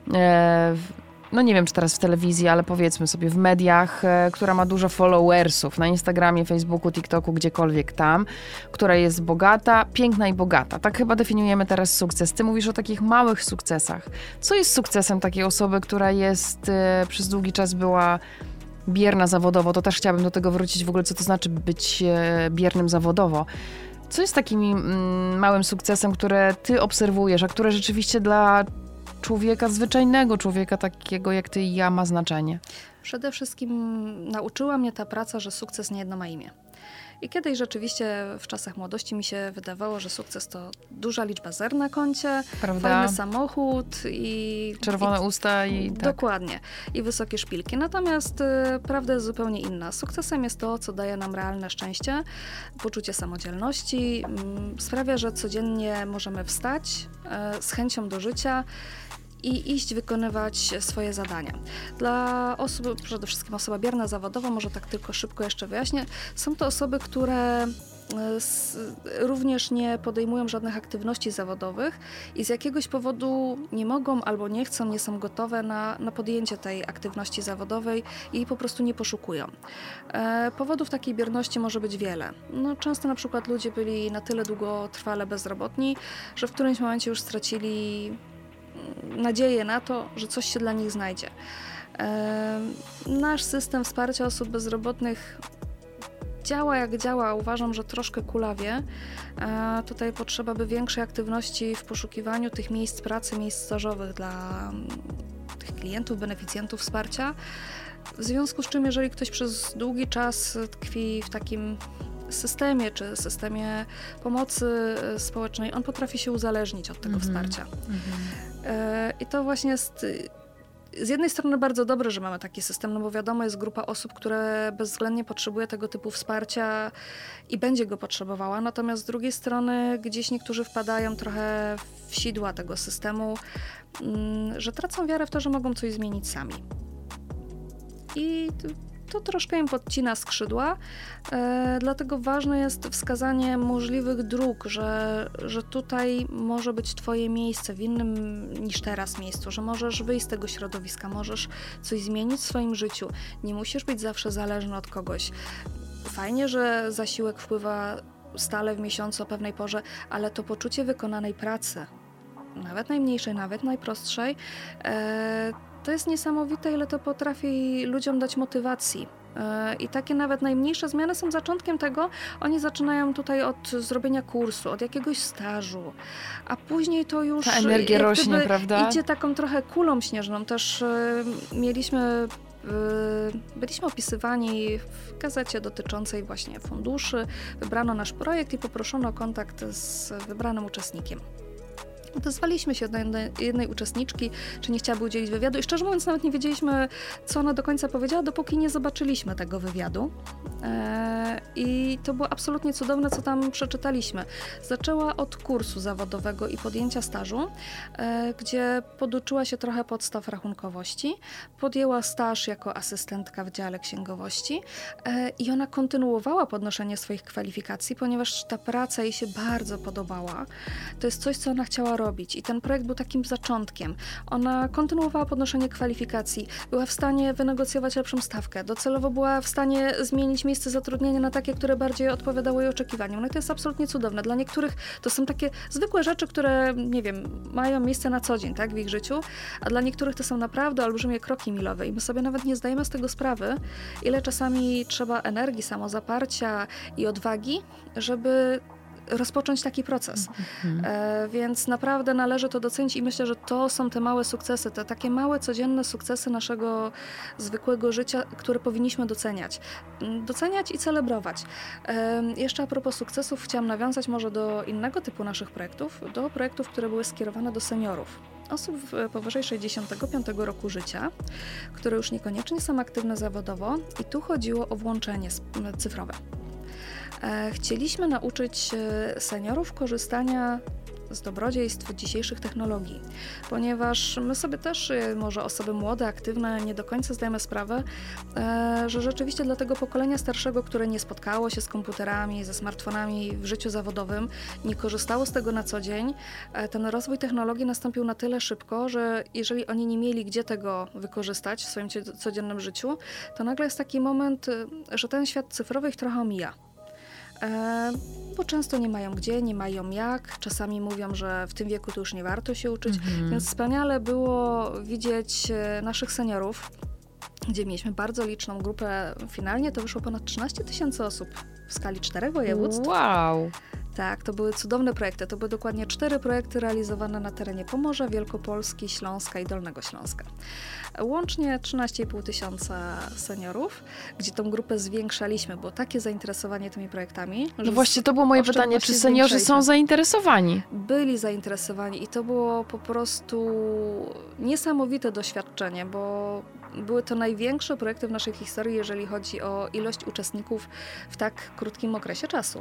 no nie wiem, czy teraz w telewizji, ale powiedzmy sobie w mediach, która ma dużo followersów na Instagramie, Facebooku, TikToku, gdziekolwiek tam, która jest bogata, piękna i bogata. Tak chyba definiujemy teraz sukces. Ty mówisz o takich małych sukcesach. Co jest sukcesem takiej osoby, która jest przez długi czas była bierna zawodowo? To też chciałabym do tego wrócić w ogóle, co to znaczy być biernym zawodowo. Co jest takim małym sukcesem, które ty obserwujesz, a które rzeczywiście dla człowieka, zwyczajnego człowieka, takiego jak ty i ja, ma znaczenie? Przede wszystkim nauczyła mnie ta praca, że sukces niejedno ma imię. I kiedyś rzeczywiście w czasach młodości mi się wydawało, że sukces to duża liczba zer na koncie, prawda? Fajny samochód i... Czerwone usta i tak. Dokładnie. I wysokie szpilki. Natomiast prawda jest zupełnie inna. Sukcesem jest to, co daje nam realne szczęście, poczucie samodzielności, sprawia, że codziennie możemy wstać z chęcią do życia i iść wykonywać swoje zadania. Dla osób, przede wszystkim osoba bierna zawodowo, może tak tylko szybko jeszcze wyjaśnię, są to osoby, które również nie podejmują żadnych aktywności zawodowych i z jakiegoś powodu nie mogą albo nie chcą, nie są gotowe na podjęcie tej aktywności zawodowej i po prostu nie poszukują. Powodów takiej bierności może być wiele. No, często na przykład ludzie byli na tyle długotrwale bezrobotni, że w którymś momencie już stracili nadzieję na to, że coś się dla nich znajdzie. Nasz system wsparcia osób bezrobotnych działa jak działa, uważam, że troszkę kulawie. Tutaj potrzeba by większej aktywności w poszukiwaniu tych miejsc pracy, miejsc stażowych dla tych klientów, beneficjentów wsparcia. W związku z czym, jeżeli ktoś przez długi czas tkwi w takim systemie czy systemie pomocy społecznej, on potrafi się uzależnić od tego wsparcia. I to właśnie jest z jednej strony bardzo dobre, że mamy taki system, no bo wiadomo, jest grupa osób, które bezwzględnie potrzebuje tego typu wsparcia i będzie go potrzebowała, natomiast z drugiej strony gdzieś niektórzy wpadają trochę w sidła tego systemu, że tracą wiarę w to, że mogą coś zmienić sami. I to troszkę im podcina skrzydła, dlatego ważne jest wskazanie możliwych dróg, że tutaj może być twoje miejsce w innym niż teraz miejscu, że możesz wyjść z tego środowiska, możesz coś zmienić w swoim życiu, nie musisz być zawsze zależny od kogoś. Fajnie, że zasiłek wpływa stale w miesiącu o pewnej porze, ale to poczucie wykonanej pracy, nawet najmniejszej, nawet najprostszej, to jest niesamowite, ile to potrafi ludziom dać motywacji. I takie nawet najmniejsze zmiany są zaczątkiem tego. Oni zaczynają tutaj od zrobienia kursu, od jakiegoś stażu, a później to już ta energia rośnie, prawda? Idzie taką trochę kulą śnieżną. Też mieliśmy byliśmy opisywani w gazecie dotyczącej właśnie funduszy. Wybrano nasz projekt i poproszono o kontakt z wybranym uczestnikiem. Odezwaliśmy się do jednej uczestniczki, czy nie chciałaby udzielić wywiadu i szczerze mówiąc nawet nie wiedzieliśmy, co ona do końca powiedziała, dopóki nie zobaczyliśmy tego wywiadu. I to było absolutnie cudowne, co tam przeczytaliśmy. Zaczęła od kursu zawodowego i podjęcia stażu, gdzie poduczyła się trochę podstaw rachunkowości, podjęła staż jako asystentka w dziale księgowości i ona kontynuowała podnoszenie swoich kwalifikacji, ponieważ ta praca jej się bardzo podobała. To jest coś, co ona chciała robić i ten projekt był takim zaczątkiem. Ona kontynuowała podnoszenie kwalifikacji, była w stanie wynegocjować lepszą stawkę, docelowo była w stanie zmienić miejsce zatrudnienia na takie, które bardziej odpowiadało jej oczekiwaniom. No i to jest absolutnie cudowne. Dla niektórych to są takie zwykłe rzeczy, które, nie wiem, mają miejsce na co dzień, tak, w ich życiu, a dla niektórych to są naprawdę olbrzymie kroki milowe i my sobie nawet nie zdajemy z tego sprawy, ile czasami trzeba energii, samozaparcia i odwagi, żeby rozpocząć taki proces. Więc naprawdę należy to docenić i myślę, że to są te małe sukcesy, te takie małe, codzienne sukcesy naszego zwykłego życia, które powinniśmy doceniać. Doceniać i celebrować. Jeszcze a propos sukcesów chciałam nawiązać może do innego typu naszych projektów, do projektów, które były skierowane do seniorów. Osób powyżej 65 roku życia, które już niekoniecznie są aktywne zawodowo i tu chodziło o włączenie cyfrowe. Chcieliśmy nauczyć seniorów korzystania z dobrodziejstw dzisiejszych technologii, ponieważ my sobie też, może osoby młode, aktywne, nie do końca zdajemy sprawę, że rzeczywiście dla tego pokolenia starszego, które nie spotkało się z komputerami, ze smartfonami w życiu zawodowym, nie korzystało z tego na co dzień, ten rozwój technologii nastąpił na tyle szybko, że jeżeli oni nie mieli gdzie tego wykorzystać w swoim codziennym życiu, to nagle jest taki moment, że ten świat cyfrowy ich trochę omija. Bo często nie mają gdzie, nie mają jak, czasami mówią, że w tym wieku to już nie warto się uczyć, więc wspaniale było widzieć naszych seniorów, gdzie mieliśmy bardzo liczną grupę, finalnie to wyszło ponad 13 000 osób w skali 4 województw. Wow! Tak, to były cudowne projekty. To były dokładnie 4 projekty realizowane na terenie Pomorza, Wielkopolski, Śląska i Dolnego Śląska. Łącznie 13,5 tysiąca seniorów, gdzie tą grupę zwiększaliśmy, było takie zainteresowanie tymi projektami. No właśnie, to było moje pytanie, czy seniorzy są zainteresowani? Byli zainteresowani i to było po prostu niesamowite doświadczenie, bo były to największe projekty w naszej historii, jeżeli chodzi o ilość uczestników w tak krótkim okresie czasu.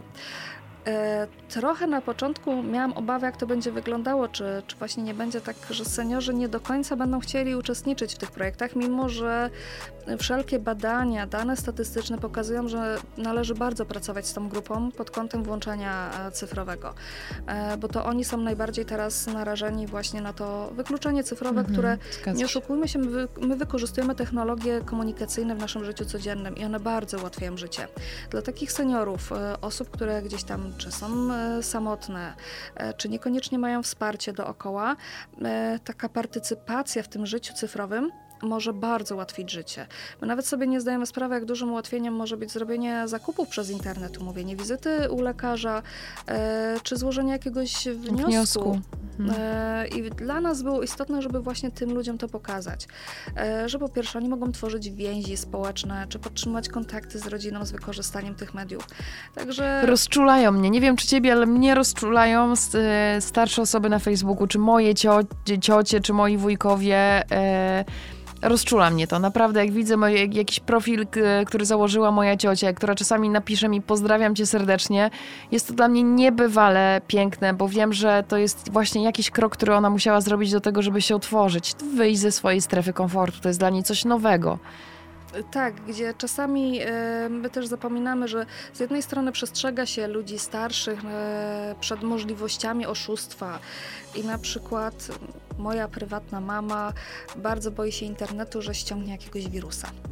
Trochę na początku miałam obawę, jak to będzie wyglądało, czy właśnie nie będzie tak, że seniorzy nie do końca będą chcieli uczestniczyć w tych projektach, mimo że wszelkie badania, dane statystyczne pokazują, że należy bardzo pracować z tą grupą pod kątem włączenia cyfrowego, bo to oni są najbardziej teraz narażeni właśnie na to wykluczenie cyfrowe, które, nie oszukujmy się, my wykorzystujemy technologie komunikacyjne w naszym życiu codziennym i one bardzo ułatwiają życie. Dla takich seniorów, osób, które gdzieś tam czy są samotne, czy niekoniecznie mają wsparcie dookoła, taka partycypacja w tym życiu cyfrowym może bardzo ułatwić życie. My nawet sobie nie zdajemy sprawy, jak dużym ułatwieniem może być zrobienie zakupów przez internet, umówienie wizyty u lekarza, czy złożenie jakiegoś wniosku. I dla nas było istotne, żeby właśnie tym ludziom to pokazać. Że po pierwsze oni mogą tworzyć więzi społeczne, czy podtrzymywać kontakty z rodziną z wykorzystaniem tych mediów. Także... Rozczulają mnie. Nie wiem, czy ciebie, ale mnie rozczulają starsze osoby na Facebooku, czy moje ciocie, czy moi wujkowie. Rozczula mnie to. Naprawdę, jak widzę jakiś profil, który założyła moja ciocia, która czasami napisze mi pozdrawiam cię serdecznie, jest to dla mnie niebywale piękne, bo wiem, że to jest właśnie jakiś krok, który ona musiała zrobić do tego, żeby się otworzyć, wyjść ze swojej strefy komfortu. To jest dla niej coś nowego. Tak, gdzie czasami my też zapominamy, że z jednej strony przestrzega się ludzi starszych przed możliwościami oszustwa i na przykład moja prywatna mama bardzo boi się internetu, że ściągnie jakiegoś wirusa.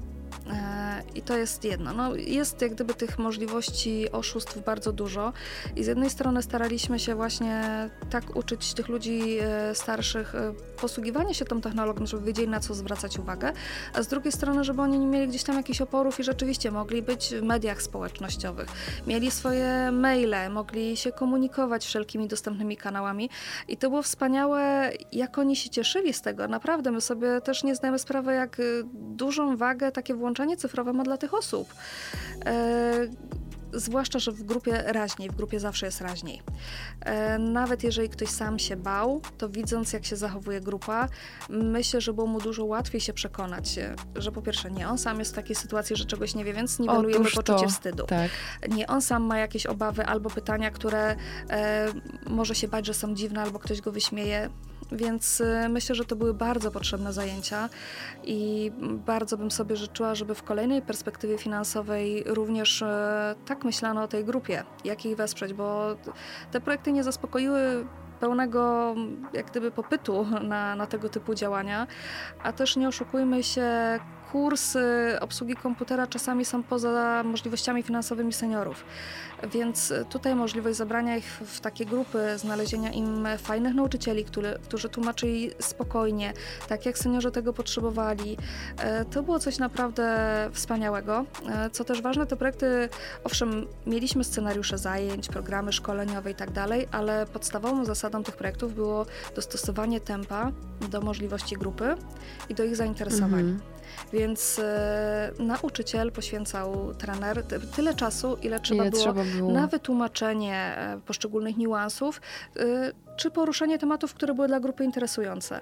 I to jest jedno. No, jest jak gdyby tych możliwości oszustw bardzo dużo i z jednej strony staraliśmy się właśnie tak uczyć tych ludzi starszych posługiwania się tą technologią, żeby wiedzieli, na co zwracać uwagę, a z drugiej strony, żeby oni nie mieli gdzieś tam jakichś oporów i rzeczywiście mogli być w mediach społecznościowych, mieli swoje maile, mogli się komunikować wszelkimi dostępnymi kanałami i to było wspaniałe, jak oni się cieszyli z tego. Naprawdę, my sobie też nie zdajemy sprawy, jak dużą wagę takie włączenie cyfrowe ma dla tych osób. Zwłaszcza, że w grupie raźniej, w grupie zawsze jest raźniej. Nawet jeżeli ktoś sam się bał, to widząc, jak się zachowuje grupa, myślę, że było mu dużo łatwiej się przekonać, że po pierwsze nie on sam jest w takiej sytuacji, że czegoś nie wie, więc niwelujemy poczucie wstydu. Tak. Nie on sam ma jakieś obawy albo pytania, które może się bać, że są dziwne, albo ktoś go wyśmieje. Więc myślę, że to były bardzo potrzebne zajęcia i bardzo bym sobie życzyła, żeby w kolejnej perspektywie finansowej również tak myślano o tej grupie, jak ich wesprzeć, bo te projekty nie zaspokoiły pełnego jak gdyby popytu na tego typu działania, a też nie oszukujmy się, kursy obsługi komputera czasami są poza możliwościami finansowymi seniorów. Więc tutaj możliwość zabrania ich w takie grupy, znalezienia im fajnych nauczycieli, którzy tłumaczyli spokojnie, tak jak seniorzy tego potrzebowali, to było coś naprawdę wspaniałego. Co też ważne, te projekty, owszem, mieliśmy scenariusze zajęć, programy szkoleniowe i tak dalej, ale podstawową zasadą tych projektów było dostosowanie tempa do możliwości grupy i do ich zainteresowań. Więc nauczyciel poświęcał, trener, tyle czasu, ile trzeba było na wytłumaczenie poszczególnych niuansów, czy poruszenie tematów, które były dla grupy interesujące.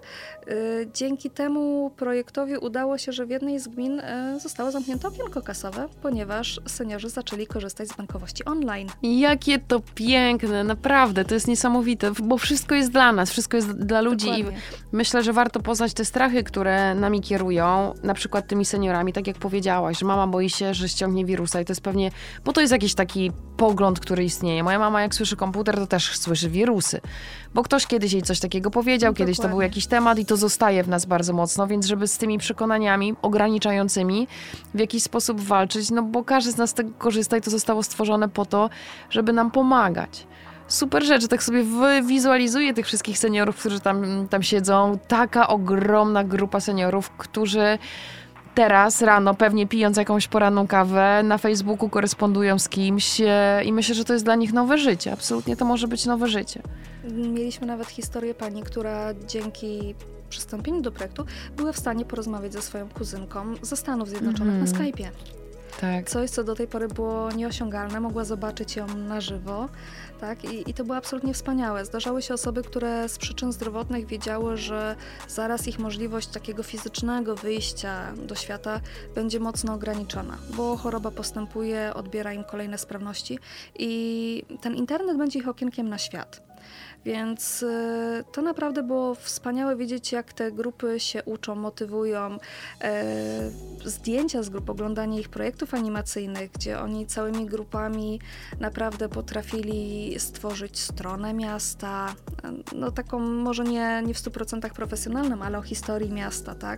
Dzięki temu projektowi udało się, że w jednej z gmin zostało zamknięte okienko kasowe, ponieważ seniorzy zaczęli korzystać z bankowości online. Jakie to piękne, naprawdę, to jest niesamowite, bo wszystko jest dla nas, wszystko jest dla ludzi. Dokładnie. I myślę, że warto poznać te strachy, które nami kierują, na przykład tymi seniorami, tak jak powiedziałaś, że mama boi się, że ściągnie wirusa i to jest pewnie, bo to jest jakiś taki pogląd, który istnieje. Moja mama jak słyszy komputer, to też słyszy wirusy, bo ktoś kiedyś jej coś takiego powiedział, kiedyś to był jakiś temat i to zostaje w nas bardzo mocno, więc żeby z tymi przekonaniami ograniczającymi w jakiś sposób walczyć, no bo każdy z nas z tego korzysta i to zostało stworzone po to, żeby nam pomagać. Super rzecz, tak sobie wizualizuję tych wszystkich seniorów, którzy tam siedzą. Taka ogromna grupa seniorów, którzy teraz rano, pewnie pijąc jakąś poranną kawę, na Facebooku korespondują z kimś i myślę, że to jest dla nich nowe życie. Absolutnie to może być nowe życie. Mieliśmy nawet historię pani, która dzięki przystąpieniu do projektu była w stanie porozmawiać ze swoją kuzynką ze Stanów Zjednoczonych na Skype'ie. Tak. Coś, co do tej pory było nieosiągalne, mogła zobaczyć ją na żywo, tak? I to było absolutnie wspaniałe. Zdarzały się osoby, które z przyczyn zdrowotnych wiedziały, że zaraz ich możliwość takiego fizycznego wyjścia do świata będzie mocno ograniczona, bo choroba postępuje, odbiera im kolejne sprawności i ten internet będzie ich okienkiem na świat. Więc to naprawdę było wspaniałe widzieć, jak te grupy się uczą, motywują. Zdjęcia z grup, oglądanie ich projektów animacyjnych, gdzie oni całymi grupami naprawdę potrafili stworzyć stronę miasta, no taką może nie w 100% profesjonalną, ale o historii miasta, tak?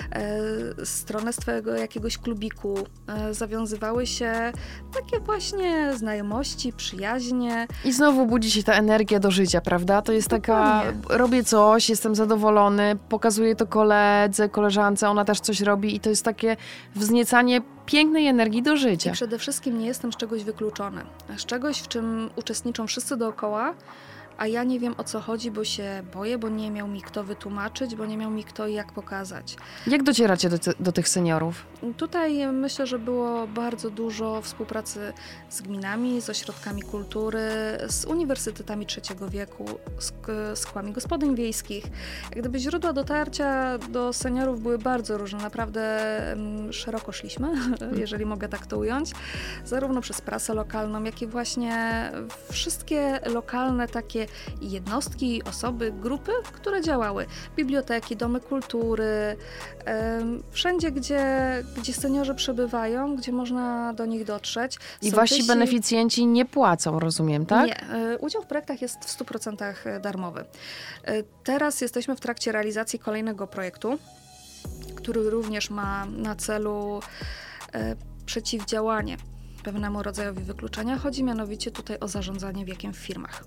Stronę swojego jakiegoś klubiku. Zawiązywały się takie właśnie znajomości, przyjaźnie. I znowu budzi się ta energia do życia, prawda? To jest taka, robię coś, jestem zadowolony, pokazuję to koledze, koleżance, ona też coś robi i to jest takie wzniecanie pięknej energii do życia. I przede wszystkim nie jestem z czegoś wykluczony. Z czegoś, w czym uczestniczą wszyscy dookoła, a ja nie wiem, o co chodzi, bo się boję, bo nie miał mi kto wytłumaczyć, bo nie miał mi kto i jak pokazać. Jak docieracie do tych seniorów? Tutaj myślę, że było bardzo dużo współpracy z gminami, z ośrodkami kultury, z uniwersytetami trzeciego wieku, z kołami gospodyń wiejskich. Jak gdyby źródła dotarcia do seniorów były bardzo różne. Naprawdę szeroko szliśmy, jeżeli mogę tak to ująć. Zarówno przez prasę lokalną, jak i właśnie wszystkie lokalne takie jednostki, osoby, grupy, które działały. Biblioteki, domy kultury, wszędzie, gdzie seniorzy przebywają, gdzie można do nich dotrzeć. I wasi beneficjenci nie płacą, rozumiem, tak? Nie. Udział w projektach jest w 100% darmowy. Teraz jesteśmy w trakcie realizacji kolejnego projektu, który również ma na celu przeciwdziałanie pewnemu rodzajowi wykluczenia. Chodzi mianowicie tutaj o zarządzanie wiekiem w firmach.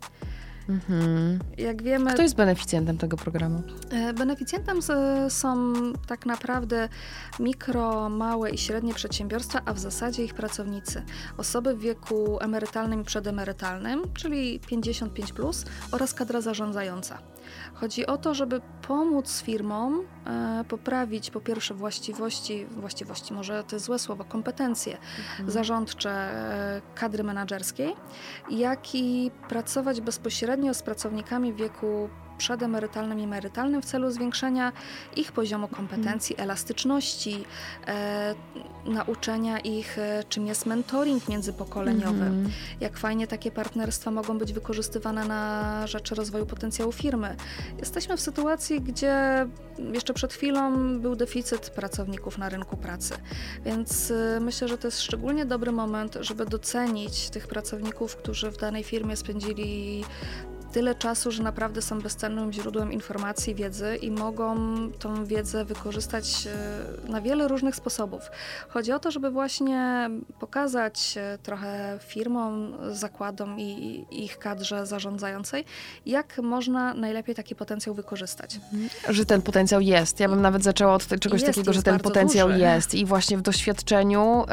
Jak wiemy, Kto jest beneficjentem tego programu? beneficjentem są tak naprawdę mikro, małe i średnie przedsiębiorstwa, a w zasadzie ich pracownicy. Osoby w wieku emerytalnym i przedemerytalnym, czyli 55+, oraz kadra zarządzająca. Chodzi o to, żeby pomóc firmom poprawić po pierwsze właściwości, może to jest złe słowo, kompetencje zarządcze kadry menedżerskiej, jak i pracować bezpośrednio z pracownikami w wieku przedemerytalnym i emerytalnym w celu zwiększenia ich poziomu kompetencji, elastyczności, nauczenia ich, czym jest mentoring międzypokoleniowy, jak fajnie takie partnerstwa mogą być wykorzystywane na rzecz rozwoju potencjału firmy. Jesteśmy w sytuacji, gdzie jeszcze przed chwilą był deficyt pracowników na rynku pracy, więc myślę, że to jest szczególnie dobry moment, żeby docenić tych pracowników, którzy w danej firmie spędzili tyle czasu, że naprawdę są bezcennym źródłem informacji, wiedzy i mogą tą wiedzę wykorzystać na wiele różnych sposobów. Chodzi o to, żeby właśnie pokazać trochę firmom, zakładom i ich kadrze zarządzającej, jak można najlepiej taki potencjał wykorzystać. Że ten potencjał jest. Ja bym nawet zaczęła od czegoś takiego, że ten potencjał duży. jest i właśnie w doświadczeniu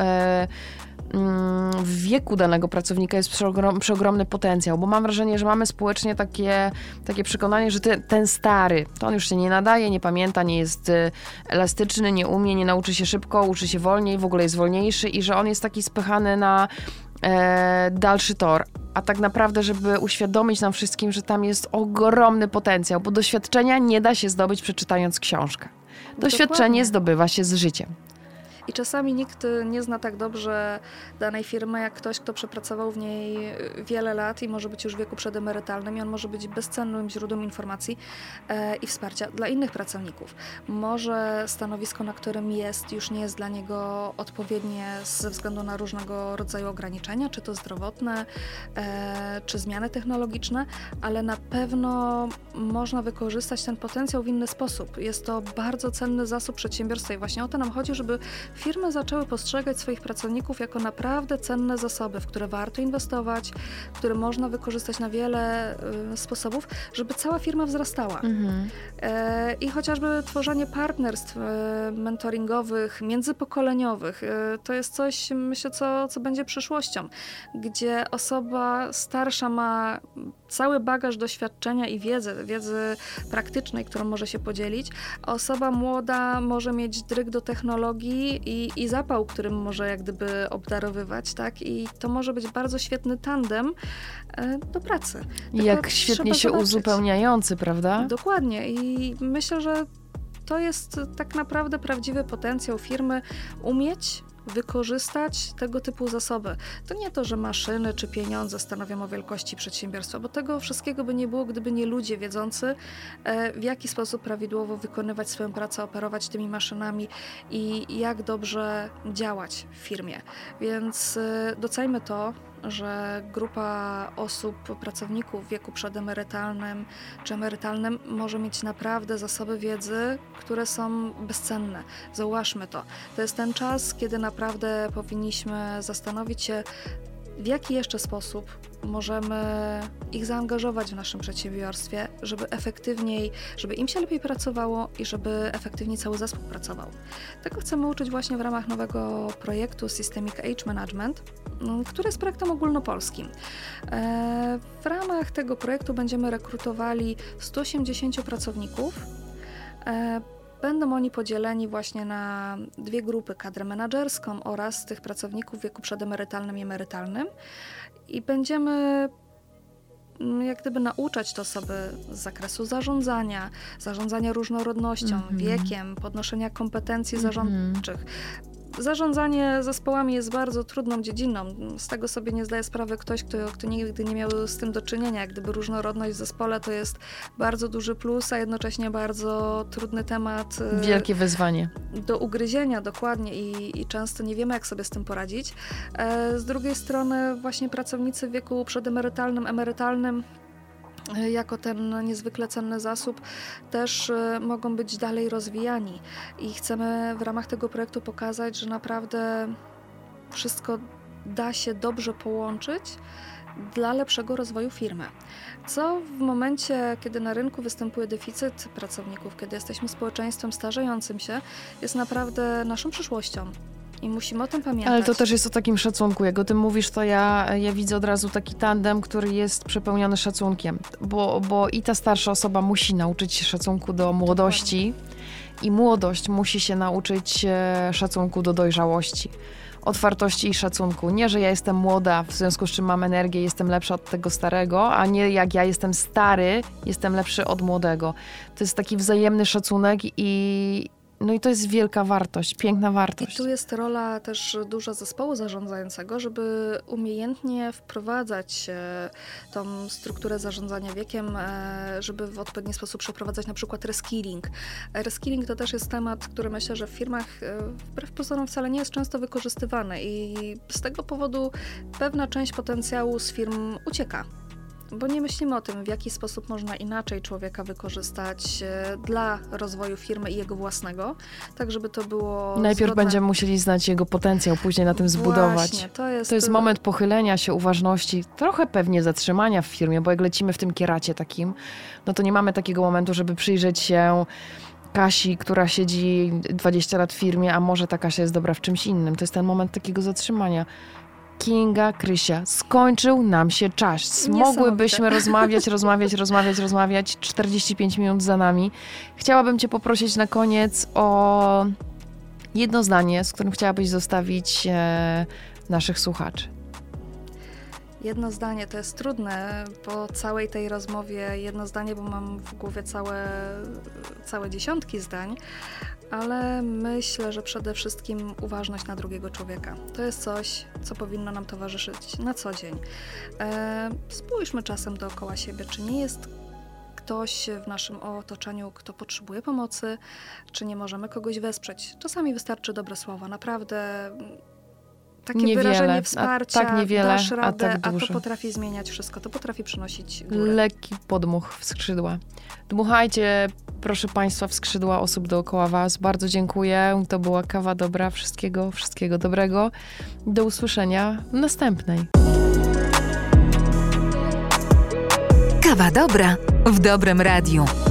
w wieku danego pracownika jest przeogromny potencjał, bo mam wrażenie, że mamy społecznie takie przekonanie, że ten stary, to on już się nie nadaje, nie pamięta, nie jest elastyczny, nie umie, nie nauczy się szybko, uczy się wolniej, w ogóle jest wolniejszy i że on jest taki spychany na dalszy tor. A tak naprawdę, żeby uświadomić nam wszystkim, że tam jest ogromny potencjał, bo doświadczenia nie da się zdobyć przeczytając książkę. Doświadczenie Dokładnie. zdobywa się z życiem. I czasami nikt nie zna tak dobrze danej firmy, jak ktoś, kto przepracował w niej wiele lat i może być już w wieku przedemerytalnym i on może być bezcennym źródłem informacji i wsparcia dla innych pracowników. Może stanowisko, na którym jest, już nie jest dla niego odpowiednie ze względu na różnego rodzaju ograniczenia, czy to zdrowotne, czy zmiany technologiczne, ale na pewno można wykorzystać ten potencjał w inny sposób. Jest to bardzo cenny zasób przedsiębiorstwa i właśnie o to nam chodzi, żeby firmy zaczęły postrzegać swoich pracowników jako naprawdę cenne zasoby, w które warto inwestować, które można wykorzystać na wiele sposobów, żeby cała firma wzrastała. I chociażby tworzenie partnerstw mentoringowych, międzypokoleniowych, to jest coś, myślę, co będzie przyszłością, gdzie osoba starsza ma cały bagaż doświadczenia i wiedzy praktycznej, którą może się podzielić, a osoba młoda może mieć dryg do technologii i zapał, którym może jak gdyby obdarowywać, tak? I to może być bardzo świetny tandem do pracy. I jak świetnie się uzupełniający, prawda? Dokładnie i myślę, że to jest tak naprawdę prawdziwy potencjał firmy, umieć wykorzystać tego typu zasoby. To nie to, że maszyny czy pieniądze stanowią o wielkości przedsiębiorstwa, bo tego wszystkiego by nie było, gdyby nie ludzie wiedzący, w jaki sposób prawidłowo wykonywać swoją pracę, operować tymi maszynami i jak dobrze działać w firmie. Więc docejmy to, że grupa osób, pracowników w wieku przedemerytalnym czy emerytalnym może mieć naprawdę zasoby wiedzy, które są bezcenne. Zauważmy to. To jest ten czas, kiedy naprawdę powinniśmy zastanowić się, w jaki jeszcze sposób możemy ich zaangażować w naszym przedsiębiorstwie, żeby efektywniej, żeby im się lepiej pracowało i żeby efektywniej cały zespół pracował. Tego chcemy uczyć właśnie w ramach nowego projektu Systemic Age Management, który jest projektem ogólnopolskim. W ramach tego projektu będziemy rekrutowali 180 pracowników. Będą oni podzieleni właśnie na dwie grupy, kadrę menedżerską oraz tych pracowników w wieku przedemerytalnym i emerytalnym. I będziemy jak gdyby nauczać te osoby z zakresu zarządzania różnorodnością, wiekiem, podnoszenia kompetencji zarządczych. Zarządzanie zespołami jest bardzo trudną dziedziną. Z tego sobie nie zdaje sprawy ktoś, kto nigdy nie miał z tym do czynienia. Jak gdyby różnorodność w zespole to jest bardzo duży plus, a jednocześnie bardzo trudny temat. Wielkie wyzwanie. Do ugryzienia, dokładnie. I często nie wiemy, jak sobie z tym poradzić. Z drugiej strony właśnie pracownicy w wieku przedemerytalnym, emerytalnym jako ten niezwykle cenny zasób też mogą być dalej rozwijani. I chcemy w ramach tego projektu pokazać, że naprawdę wszystko da się dobrze połączyć dla lepszego rozwoju firmy. Co w momencie, kiedy na rynku występuje deficyt pracowników, kiedy jesteśmy społeczeństwem starzejącym się, jest naprawdę naszą przyszłością. I musimy o tym pamiętać. Ale to też jest o takim szacunku. Jak o tym mówisz, to ja widzę od razu taki tandem, który jest przepełniony szacunkiem. Bo i ta starsza osoba musi nauczyć się szacunku do młodości i młodość musi się nauczyć szacunku do dojrzałości. Otwartości i szacunku. Nie, że ja jestem młoda, w związku z czym mam energię, jestem lepsza od tego starego, a nie jak ja jestem stary, jestem lepszy od młodego. To jest taki wzajemny szacunek i to jest wielka wartość, piękna wartość. I tu jest rola też duża zespołu zarządzającego, żeby umiejętnie wprowadzać tą strukturę zarządzania wiekiem, żeby w odpowiedni sposób przeprowadzać na przykład reskilling. Reskilling to też jest temat, który myślę, że w firmach wbrew pozorom wcale nie jest często wykorzystywany i z tego powodu pewna część potencjału z firm ucieka. Bo nie myślimy o tym, w jaki sposób można inaczej człowieka wykorzystać dla rozwoju firmy i jego własnego, tak żeby to było Najpierw będziemy musieli znać jego potencjał, później na tym zbudować. Właśnie, to jest moment pochylenia się, uważności, trochę pewnie zatrzymania w firmie, bo jak lecimy w tym kieracie takim, no to nie mamy takiego momentu, żeby przyjrzeć się Kasi, która siedzi 20 lat w firmie, a może ta Kasia jest dobra w czymś innym. To jest ten moment takiego zatrzymania. Kinga, Krysia, skończył nam się czas. Mogłybyśmy rozmawiać. 45 minut za nami. Chciałabym cię poprosić na koniec o jedno zdanie, z którym chciałabyś zostawić naszych słuchaczy. Jedno zdanie to jest trudne po całej tej rozmowie. Jedno zdanie, bo mam w głowie całe dziesiątki zdań, ale myślę, że przede wszystkim uważność na drugiego człowieka. To jest coś, co powinno nam towarzyszyć na co dzień. Spójrzmy czasem dookoła siebie, czy nie jest ktoś w naszym otoczeniu, kto potrzebuje pomocy, czy nie możemy kogoś wesprzeć. Czasami wystarczy dobre słowa, naprawdę takie wyrażenie wsparcia, tak niewiele, dasz radę, a to potrafi zmieniać wszystko, to potrafi przynosić górę. Lekki podmuch w skrzydła. Dmuchajcie, proszę Państwa, w skrzydła osób dookoła Was. Bardzo dziękuję. To była Kawa Dobra. Wszystkiego dobrego. Do usłyszenia w następnej. Kawa Dobra w dobrym radiu.